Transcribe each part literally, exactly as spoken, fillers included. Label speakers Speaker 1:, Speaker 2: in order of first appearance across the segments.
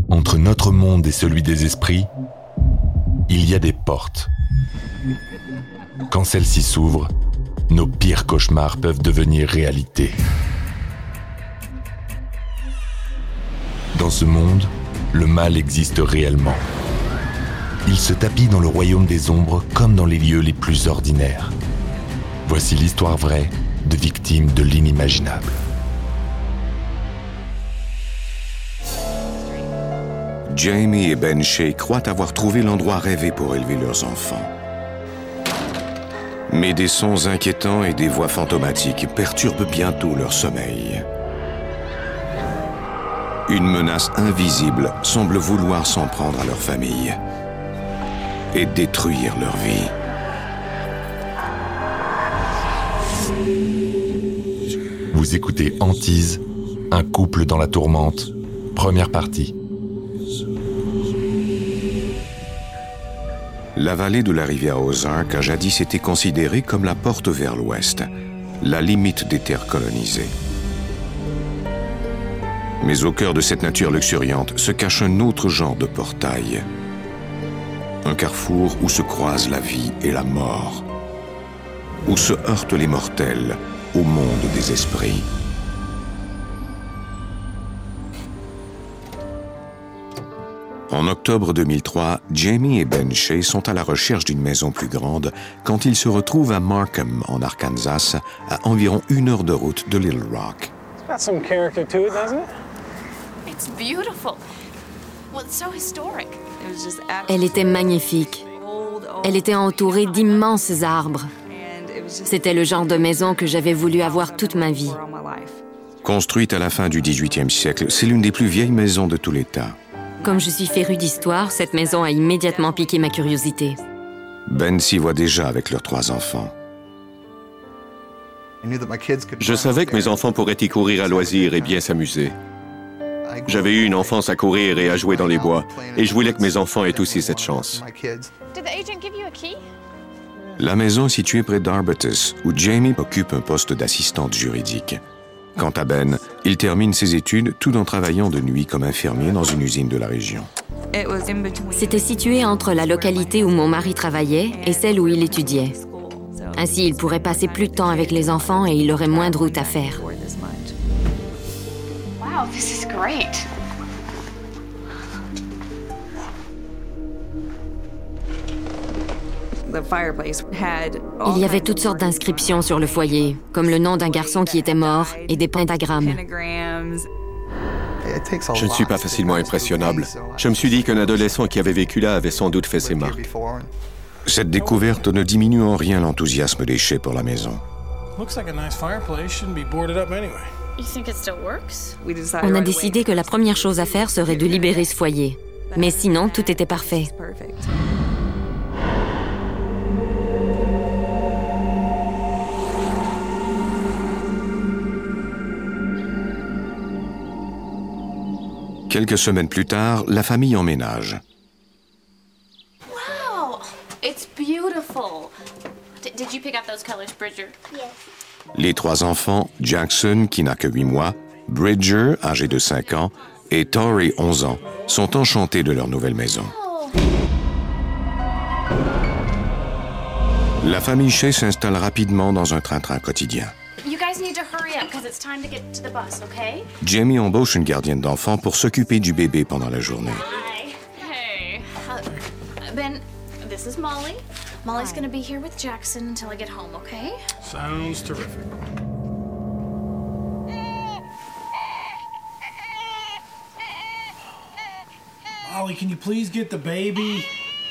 Speaker 1: Entre notre monde et celui des esprits, il y a des portes. Quand celles-ci s'ouvrent, nos pires cauchemars peuvent devenir réalité. Dans ce monde, le mal existe réellement. Il se tapit dans le royaume des ombres comme dans les lieux les plus ordinaires. Voici l'histoire vraie de victimes de l'inimaginable.
Speaker 2: Jamie et Ben Shea croient avoir trouvé l'endroit rêvé pour élever leurs enfants. Mais des sons inquiétants et des voix fantomatiques perturbent bientôt leur sommeil. Une menace invisible semble vouloir s'en prendre à leur famille et détruire leur vie.
Speaker 1: Vous écoutez Hantise, un couple dans la tourmente, première partie.
Speaker 2: La vallée de la rivière Ozark a jadis été considérée comme la porte vers l'ouest, la limite des terres colonisées. Mais au cœur de cette nature luxuriante se cache un autre genre de portail. Un carrefour où se croisent la vie et la mort, où se heurtent les mortels au monde des esprits. En octobre deux mille trois, Jamie et Ben Shea sont à la recherche d'une maison plus grande quand ils se retrouvent à Markham, en Arkansas, à environ une heure de route de Little Rock.
Speaker 3: It's got some character to it, doesn't it?
Speaker 4: It's beautiful. Well, it's so historic. It was just
Speaker 5: Elle était magnifique. Elle était entourée d'immenses arbres. C'était le genre de maison que j'avais voulu avoir toute ma vie.
Speaker 2: Construite à la fin du dix-huitième siècle, c'est l'une des plus vieilles maisons de tout l'État.
Speaker 5: Comme je suis férue d'histoire, cette maison a immédiatement piqué ma curiosité.
Speaker 2: Ben s'y voit déjà avec leurs trois enfants.
Speaker 6: Je savais que mes enfants pourraient y courir à loisir et bien s'amuser. J'avais eu une enfance à courir et à jouer dans les bois, et je voulais que mes enfants aient aussi cette chance.
Speaker 4: Did the agent give you a key?
Speaker 2: La maison est située près d'Arbutus, où Jamie occupe un poste d'assistante juridique. Quant à Ben, il termine ses études tout en travaillant de nuit comme infirmier dans une usine de la région.
Speaker 5: C'était situé entre la localité où mon mari travaillait et celle où il étudiait. Ainsi, il pourrait passer plus de temps avec les enfants et il aurait moins de route à faire.
Speaker 4: Wow, this is great.
Speaker 5: Il y avait toutes sortes d'inscriptions sur le foyer, comme le nom d'un garçon qui était mort et des pentagrammes.
Speaker 6: Je ne suis pas facilement impressionnable. Je me suis dit qu'un adolescent qui avait vécu là avait sans doute fait ses marques.
Speaker 2: Cette découverte ne diminue en rien l'enthousiasme des Shea pour la maison.
Speaker 3: Looks like a nice fireplace. Shouldn't be boarded up anyway.
Speaker 4: You think it still works?
Speaker 5: On a décidé que la première chose à faire serait de libérer ce foyer. Mais sinon, tout était parfait.
Speaker 2: Quelques semaines plus tard, la famille emménage.
Speaker 4: Wow, it's beautiful. D- did you pick up those colors, Bridger?
Speaker 7: Yes.
Speaker 2: Les trois enfants, Jackson, qui n'a que huit mois, Bridger, âgé de cinq ans, et Tori, onze ans, sont enchantés de leur nouvelle maison.
Speaker 4: Oh.
Speaker 2: La famille Shea s'installe rapidement dans un train-train quotidien.
Speaker 4: You guys need to hurry up because it's time to get to the bus, okay?
Speaker 2: Jamie embauche une gardienne d'enfants pour s'occuper du bébé pendant la journée.
Speaker 4: Hi. Hey. Uh, Ben, this is Molly. Molly's gonna be here with Jackson until I get home, okay?
Speaker 3: Sounds terrific. Molly, can you please get the baby?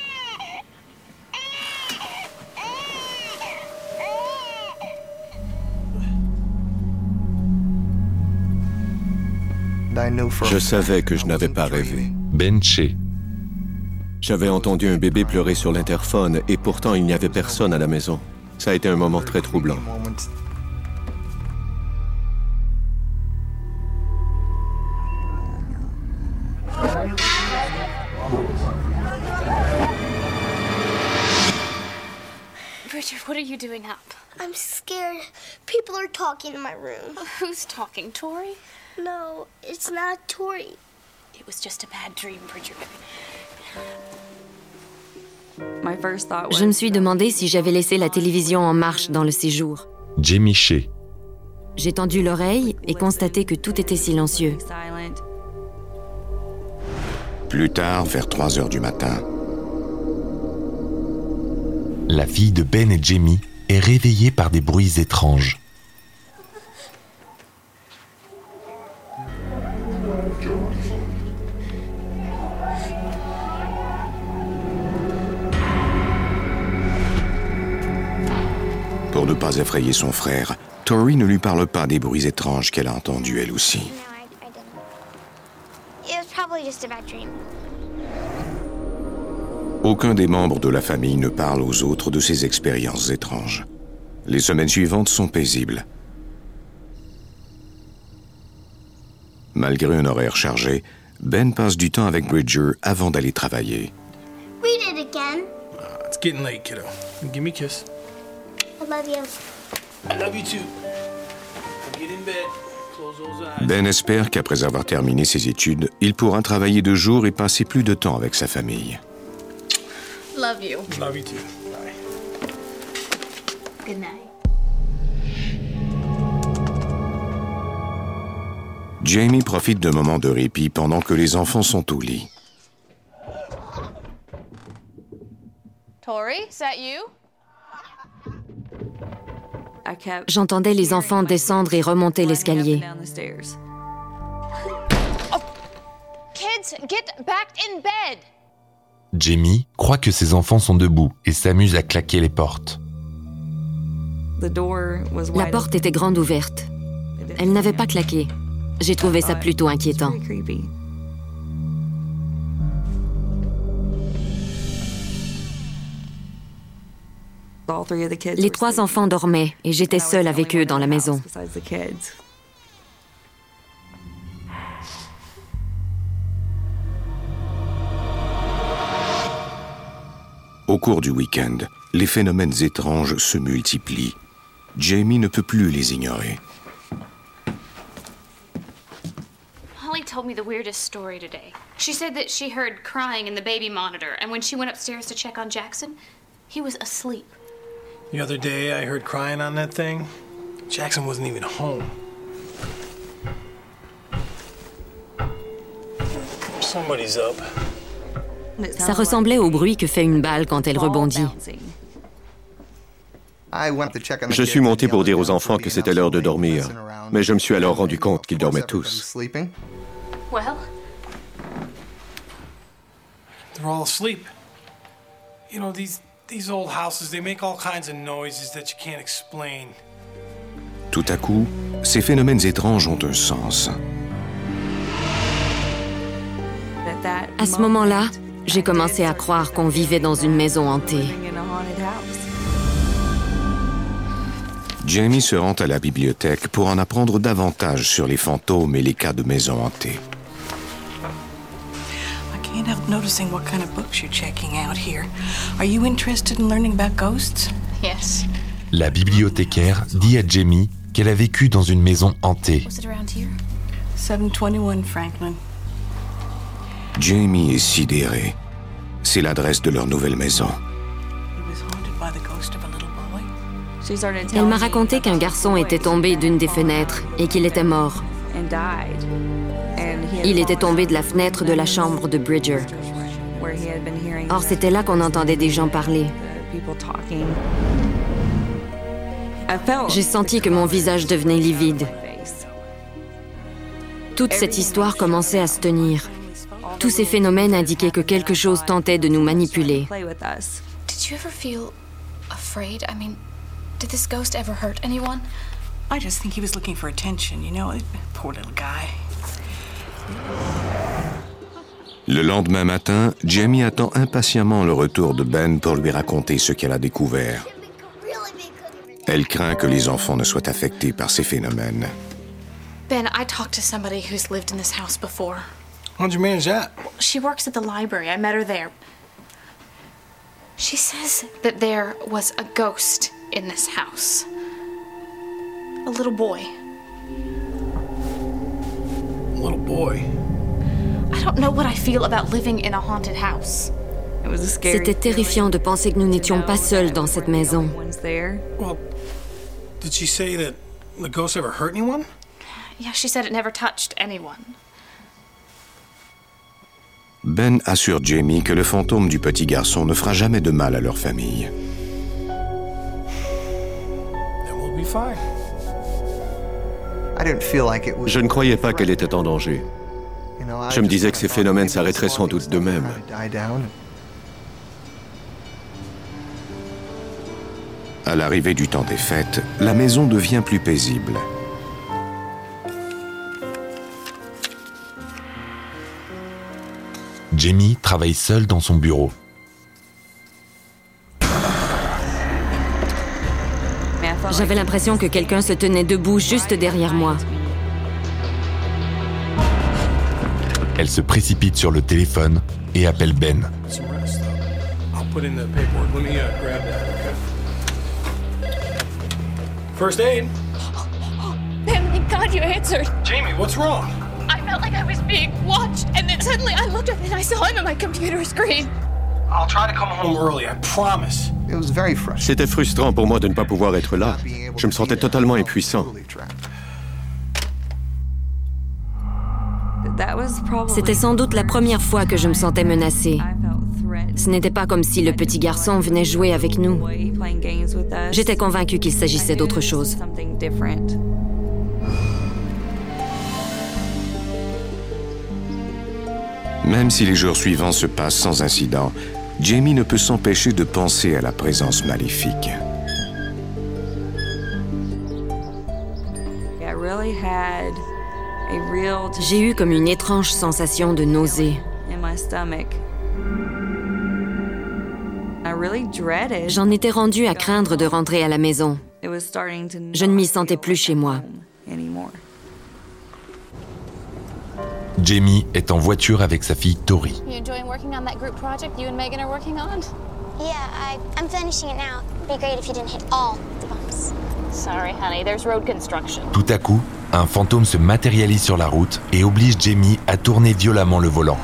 Speaker 6: Je savais que je n'avais pas rêvé.
Speaker 1: Ben Shea.
Speaker 6: J'avais entendu un bébé pleurer sur l'interphone et pourtant il n'y avait personne à la maison. Ça a été un moment très troublant.
Speaker 4: Richard, what are you doing up?
Speaker 7: I'm scared. People are talking in my room.
Speaker 4: Who's talking, Tori?
Speaker 7: No, it's not Tori.
Speaker 4: It was just a bad dream, Bridger.
Speaker 5: Je me suis demandé si j'avais laissé la télévision en marche dans le séjour.
Speaker 1: Jamie Shea.
Speaker 5: J'ai tendu l'oreille et constaté que tout était silencieux.
Speaker 2: Plus tard, vers trois heures du matin,
Speaker 1: La fille de Ben et Jamie est réveillée par des bruits étranges.
Speaker 2: pour ne pas effrayer son frère, Tori ne lui parle pas des bruits étranges qu'elle a entendus elle aussi.
Speaker 7: No, I, I didn't. It was probably just a bad dream.
Speaker 2: Aucun des membres de la famille ne parle aux autres de ces expériences étranges. Les semaines suivantes sont paisibles. Malgré un horaire chargé, Ben passe du temps avec Bridger avant d'aller travailler.
Speaker 7: Read it again.
Speaker 3: Uh, it's getting late, kiddo. Give me a kiss.
Speaker 7: I love you.
Speaker 3: I love you too. Now get in bed. Close those eyes.
Speaker 2: Ben espère qu'après avoir terminé ses études, il pourra travailler de jour et passer plus de temps avec sa famille.
Speaker 4: Love you.
Speaker 3: Love you too. Bye.
Speaker 4: Good night.
Speaker 2: Jamie profite d'un moment de répit pendant que les enfants sont au lit.
Speaker 4: Tori, is that you?
Speaker 5: J'entendais les enfants descendre et remonter l'escalier.
Speaker 4: Kids, get back in bed.
Speaker 1: Jamie croit que ses enfants sont debout et s'amuse à claquer les portes.
Speaker 5: La porte était grande ouverte. Elle n'avait pas claqué. J'ai trouvé ça plutôt inquiétant. Les trois enfants dormaient et j'étais seule avec eux dans la maison.
Speaker 2: Au cours du week-end, les phénomènes étranges se multiplient. Jamie ne peut plus les ignorer.
Speaker 4: Holly told me the weirdest story today. She said that she heard crying in the baby monitor, and when she went upstairs to check on Jackson, he was asleep.
Speaker 3: The other day, I heard crying on that thing. Jackson wasn't even home. Somebody's up.
Speaker 5: Ça ressemblait au bruit que fait une balle quand elle rebondit.
Speaker 6: Je suis monté pour dire aux enfants que c'était l'heure de dormir, mais je me suis alors rendu compte qu'ils dormaient tous.
Speaker 4: Well,
Speaker 3: They're all asleep. You know, these these old houses, they make all kinds of noises that you can't explain.
Speaker 2: Tout à coup, ces phénomènes étranges ont un sens.
Speaker 5: À ce moment-là, j'ai commencé à croire qu'on vivait dans une maison hantée.
Speaker 2: Jamie se rend à la bibliothèque pour en apprendre davantage sur les fantômes et les cas de maisons hantées.
Speaker 8: I can't help noticing what kind of books you're checking out here. Are you interested in learning about ghosts?
Speaker 4: yes.
Speaker 1: La bibliothécaire dit à Jamie qu'elle a vécu dans une maison hantée.
Speaker 4: Was it around here?
Speaker 8: seven twenty-one Franklin.
Speaker 2: Jamie est sidéré. C'est l'adresse de leur nouvelle maison.
Speaker 8: He was haunted by the ghost of a little boy.
Speaker 5: Elle m'a raconté qu'un garçon était tombé d'une des fenêtres et qu'il était mort. Il était tombé de la fenêtre de la chambre de Bridger. Or, c'était là qu'on entendait des gens parler. J'ai senti que mon visage devenait livide. Toute cette histoire commençait à se tenir. Tous ces phénomènes indiquaient que quelque chose tentait de nous manipuler.
Speaker 4: Did you ever feel afraid? I mean, did this ghost ever hurt anyone?
Speaker 8: I just think he was looking for attention, you know? Poor little guy.
Speaker 2: Le lendemain matin, Jamie attend impatiemment le retour de Ben pour lui raconter ce qu'elle a découvert. Elle craint que les enfants ne soient affectés par ces phénomènes.
Speaker 4: Ben, I talked to somebody who's lived in this house before.
Speaker 3: How'd you manage that?
Speaker 4: She works at the library. I met her there. She says that there was a ghost in this house. A little boy.
Speaker 3: Little boy.
Speaker 4: I don't know what I feel about living in a haunted house.
Speaker 5: C'était terrifiant de penser que nous n'étions pas seuls dans cette maison.
Speaker 3: Well, did she say that the ghost ever hurt anyone?
Speaker 4: Yeah, she said it never touched anyone.
Speaker 2: Ben assure Jamie que le fantôme du petit garçon ne fera jamais de mal à leur famille.
Speaker 3: Then we'll be fine.
Speaker 6: Je ne croyais pas qu'elle était en danger. Je me disais que ces phénomènes s'arrêteraient sans doute d'eux-mêmes.
Speaker 2: À l'arrivée du temps des fêtes, la maison devient plus paisible.
Speaker 1: Jamie travaille seule dans son bureau.
Speaker 5: J'avais l'impression que quelqu'un se tenait debout juste derrière moi.
Speaker 1: Elle se précipite sur le téléphone et appelle Ben.
Speaker 3: Some rest, though. I'll put in the paperwork. Let me uh, grab that. Okay. First aid.
Speaker 4: Ben, thank God you answered.
Speaker 3: Jamie, what's wrong?
Speaker 4: I felt like I was being watched, and then suddenly I looked up and I saw him on my computer screen.
Speaker 3: I'll try to come home early, I promise.
Speaker 6: C'était frustrant pour moi de ne pas pouvoir être là. Je me sentais totalement impuissant.
Speaker 5: C'était sans doute la première fois que je me sentais menacée. Ce n'était pas comme si le petit garçon venait jouer avec nous. J'étais convaincue qu'il s'agissait d'autre chose.
Speaker 2: Même si les jours suivants se passent sans incident, Jamie ne peut s'empêcher de penser à la présence maléfique.
Speaker 5: J'ai eu comme une étrange sensation de nausée. J'en étais rendue à craindre de rentrer à la maison. Je ne m'y sentais plus chez moi.
Speaker 1: Jamie est en voiture avec sa fille Tori.
Speaker 7: Yeah, I, I'm finishing it now. It'd be great if you didn't hit all the bumps.
Speaker 4: Sorry, honey, there's road construction.
Speaker 1: Tout à coup, un fantôme se matérialise sur la route et oblige Jamie à tourner violemment le volant.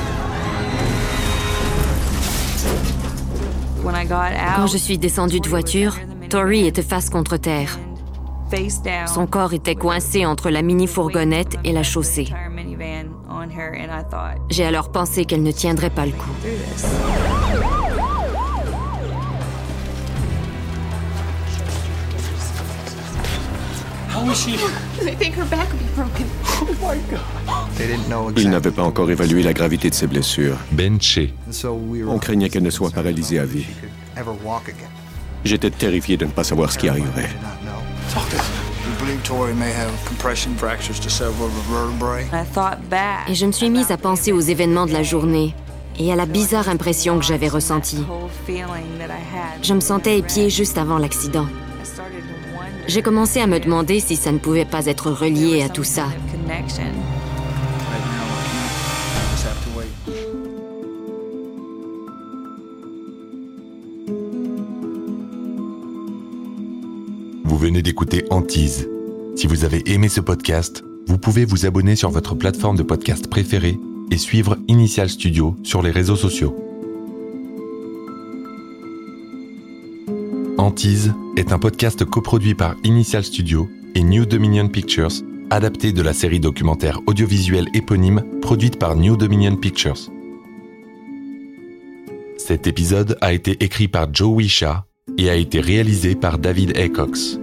Speaker 5: Quand je suis descendue de voiture, Tori était face contre terre. Son corps était coincé entre la mini-fourgonnette et la chaussée. J'ai alors pensé qu'elle ne tiendrait pas le coup.
Speaker 3: How is she?
Speaker 4: They think her back would be broken.
Speaker 3: Oh my God.
Speaker 6: Ils n'avaient pas encore évalué la gravité de ses blessures.
Speaker 1: Ben Che.
Speaker 6: On craignait qu'elle ne soit paralysée à vie. J'étais terrifié de ne pas savoir ce qui arriverait.
Speaker 5: Et je me suis mise à penser aux événements de la journée et à la bizarre impression que j'avais ressentie. Je me sentais épiée juste avant l'accident. J'ai commencé à me demander si ça ne pouvait pas être relié à tout ça.
Speaker 1: Vous venez d'écouter Hantise. Si vous avez aimé ce podcast, vous pouvez vous abonner sur votre plateforme de podcast préférée et suivre Initial Studio sur les réseaux sociaux. Hantise est un podcast coproduit par Initial Studio et New Dominion Pictures, adapté de la série documentaire audiovisuelle éponyme produite par New Dominion Pictures. Cet épisode a été écrit par Joe Wisha et a été réalisé par David Aycox.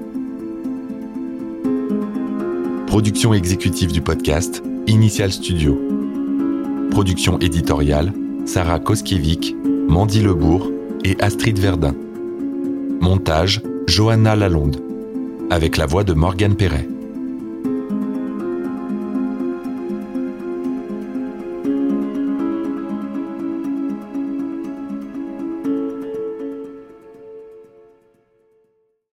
Speaker 1: Production exécutive du podcast, Initial Studio. Production éditoriale, Sarah Koskiewicz, Mandy Lebourg et Astrid Verdun. Montage, Johanna Lalonde. Avec la voix de Morgane Perret.